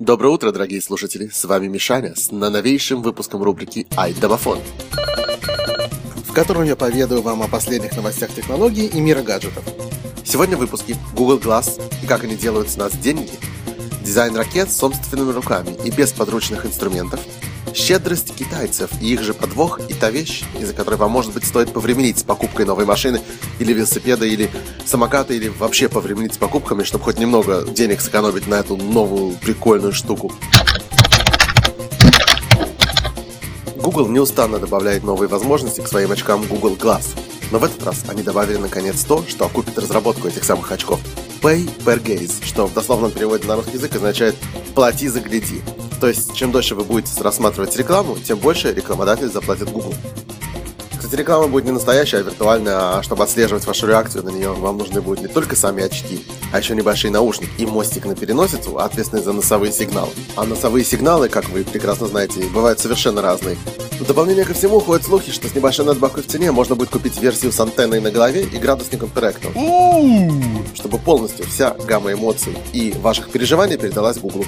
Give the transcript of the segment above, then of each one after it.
Доброе утро, дорогие слушатели! С вами Мишаня с новейшим выпуском рубрики «Ай-Домофон», в котором я поведаю вам о последних новостях технологий и мира гаджетов. Сегодня в выпуске Google Glass и как они делают с нас деньги, дизайн ракет с собственными руками и без подручных инструментов, щедрость китайцев и их же подвох и та вещь, из-за которой вам, может быть, стоит повременить с покупкой новой машины или велосипеда, или самоката, или вообще повременить с покупками, чтобы хоть немного денег сэкономить на эту новую прикольную штуку. Google неустанно добавляет новые возможности к своим очкам Google Glass, но в этот раз они добавили наконец то, что окупит разработку этих самых очков. Pay per gaze, что в дословном переводе на русский язык означает «плати, загляди». То есть, чем дольше вы будете рассматривать рекламу, тем больше рекламодатель заплатит Google. Кстати, реклама будет не настоящая, а виртуальная, а чтобы отслеживать вашу реакцию на нее, вам нужны будут не только сами очки, а еще небольшие наушники и мостик на переносицу, ответственный за носовые сигналы. А носовые сигналы, как вы прекрасно знаете, бывают совершенно разные. В дополнение ко всему ходят слухи, что с небольшой надбавкой в цене можно будет купить версию с антенной на голове и градусником Perrecto, чтобы полностью вся гамма эмоций и ваших переживаний передалась Google.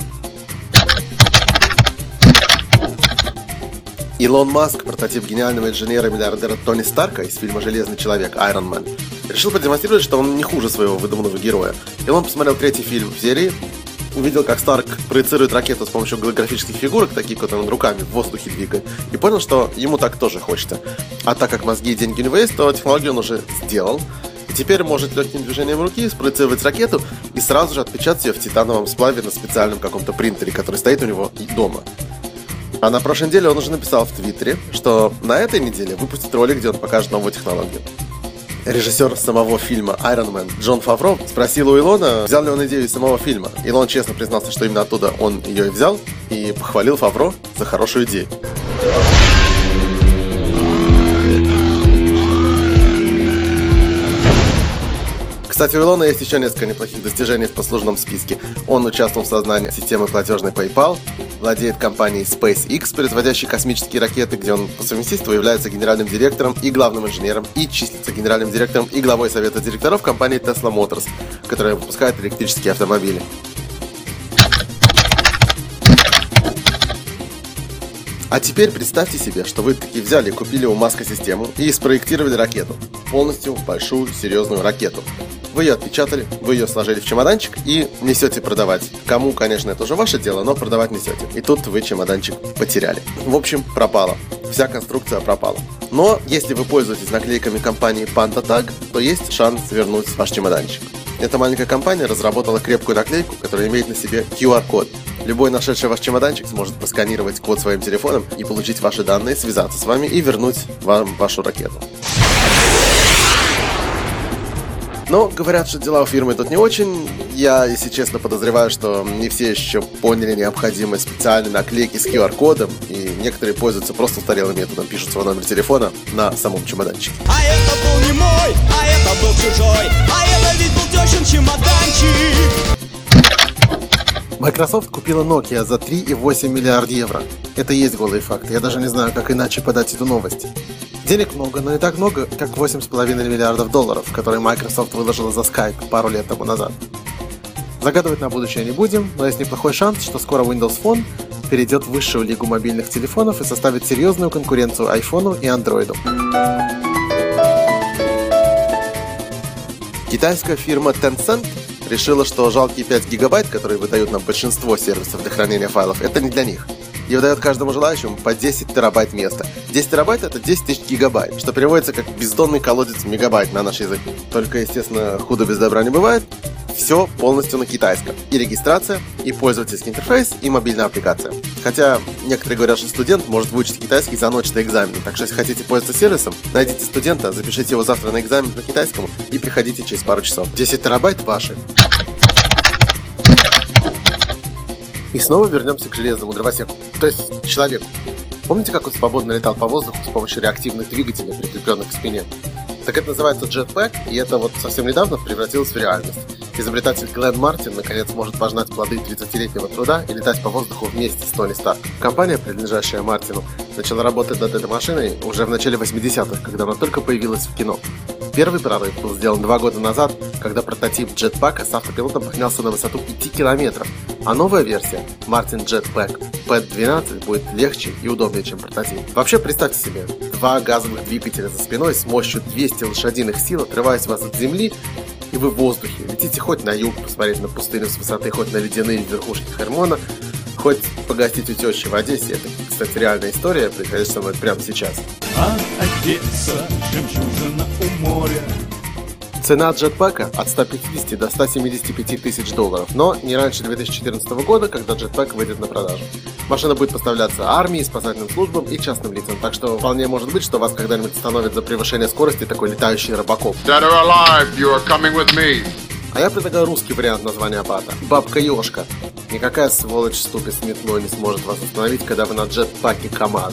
Илон Маск, прототип гениального инженера-миллиардера Тони Старка из фильма «Железный человек» Iron Man, решил продемонстрировать, что он не хуже своего выдуманного героя. Илон посмотрел третий фильм в серии, увидел, как Старк проецирует ракету с помощью голографических фигурок, такие, которые он руками в воздухе двигает, и понял, что ему так тоже хочется. А так как мозги и деньги у него есть, то технологию он уже сделал, и теперь может легким движением руки спроецировать ракету и сразу же отпечатать ее в титановом сплаве на специальном каком-то принтере, который стоит у него дома. А на прошлой неделе он уже написал в Твиттере, что на этой неделе выпустит ролик, где он покажет новую технологию. Режиссер самого фильма Iron Man Джон Фавро спросил у Илона, взял ли он идею из самого фильма. Илон честно признался, что именно оттуда он ее и взял, и похвалил Фавро за хорошую идею. Кстати, у Илона есть еще несколько неплохих достижений в послужном списке. Он участвовал в создании системы платежной PayPal, владеет компанией SpaceX, производящей космические ракеты, где он по совместительству является генеральным директором и главным инженером, и числится генеральным директором и главой совета директоров компании Tesla Motors, которая выпускает электрические автомобили. А теперь представьте себе, что вы таки взяли и купили у Маска систему и спроектировали ракету. Полностью большую, серьезную ракету. Вы ее отпечатали, вы ее сложили в чемоданчик и несете продавать. Кому, конечно, это уже ваше дело, но продавать несете. И тут вы чемоданчик потеряли. В общем, пропало. Вся конструкция пропала. Но если вы пользуетесь наклейками компании PandaTag, то есть шанс вернуть ваш чемоданчик. Эта маленькая компания разработала крепкую наклейку, которая имеет на себе QR-код. Любой нашедший ваш чемоданчик сможет просканировать код своим телефоном и получить ваши данные, связаться с вами и вернуть вам вашу ракету. Но говорят, что дела у фирмы тут не очень. Я, если честно, подозреваю, что не все еще поняли необходимость специальной наклейки с QR-кодом, и некоторые пользуются просто устарелым методом, пишут свой номер телефона на самом чемоданчике. А это был не мой, а это был чужой, а это ведь был тещин чемоданчик. Microsoft купила Nokia за 3,8 миллиарда евро. Это и есть голый факт. Я даже не знаю, как иначе подать эту новость. Денег много, но не так много, как 8,5 миллиардов долларов, которые Microsoft выложила за Skype пару лет тому назад. Загадывать на будущее не будем, но есть неплохой шанс, что скоро Windows Phone перейдет в высшую лигу мобильных телефонов и составит серьезную конкуренцию iPhone и Android. Китайская фирма Tencent решила, что жалкие 5 гигабайт, которые выдают нам большинство сервисов для хранения файлов, это не для них. И выдает каждому желающему по 10 терабайт места. 10 терабайт — это 10 тысяч гигабайт, что переводится как бездонный колодец мегабайт на наш язык. Только, естественно, худо без добра не бывает. Все полностью на китайском. И регистрация, и пользовательский интерфейс, и мобильная аппликация. Хотя некоторые говорят, что студент может выучить китайский за ночь до экзамена. Так что, если хотите пользоваться сервисом, найдите студента, запишите его завтра на экзамен по китайскому и приходите через пару часов. 10 терабайт ваши. И снова вернемся к железному дровосеку, то есть человеку. Помните, как он свободно летал по воздуху с помощью реактивных двигателей, прикрепленных к спине? Так это называется джетпэк, и это вот совсем недавно превратилось в реальность. Изобретатель Глен Мартин наконец может пожнать плоды 30-летнего труда и летать по воздуху вместе с Тони Старк. Компания, принадлежащая Мартину, начала работать над этой машиной уже в начале 80-х, когда она только появилась в кино. Первый прорыв был сделан 2 года назад, когда прототип Jetpack с автопилотом поднялся на высоту 5 километров, а новая версия, Martin Jetpack PET-12, будет легче и удобнее, чем прототип. Вообще, представьте себе, 2 газовых двигателя за спиной с мощью 200 лошадиных сил, отрываясь вас от земли, и вы в воздухе. Летите хоть на юг, посмотреть на пустыню с высоты, хоть на ледяные верхушки Хермона, хоть погостить у тещи в Одессе. Это, кстати, реальная история, происходит со мной прямо сейчас. А Одесса, жемчужина у моря. Цена джетпака от 150 до 175 тысяч долларов, но не раньше 2014 года, когда джетпак выйдет на продажу. Машина будет поставляться армии, спасательным службам и частным лицам, так что вполне может быть, что вас когда-нибудь остановит за превышение скорости такой летающий робокоп. Dead or alive, you are coming with me. А я предлагаю русский вариант названия бата – Бабка-ёшка. Никакая сволочь в ступе с метлой не сможет вас остановить, когда вы на джетпаке КамАЗ.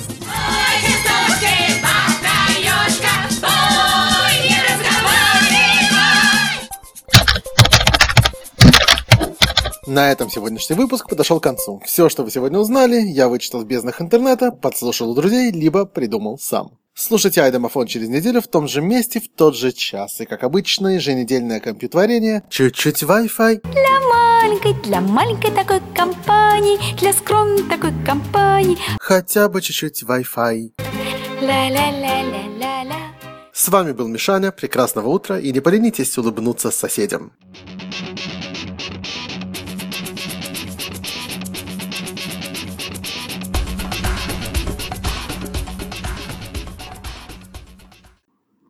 На этом сегодняшний выпуск подошел к концу. Все, что вы сегодня узнали, я вычитал в безднах интернета, подслушал у друзей, либо придумал сам. Слушайте iDomophone через неделю в том же месте, в тот же час. И, как обычно, еженедельное компьютворение. Чуть-чуть Wi-Fi. Для маленькой такой компании, для скромной такой компании. Хотя бы чуть-чуть Wi-Fi. Ла-ла-ла-ла-ла-ла. С вами был Мишаня. Прекрасного утра и не поленитесь улыбнуться соседям.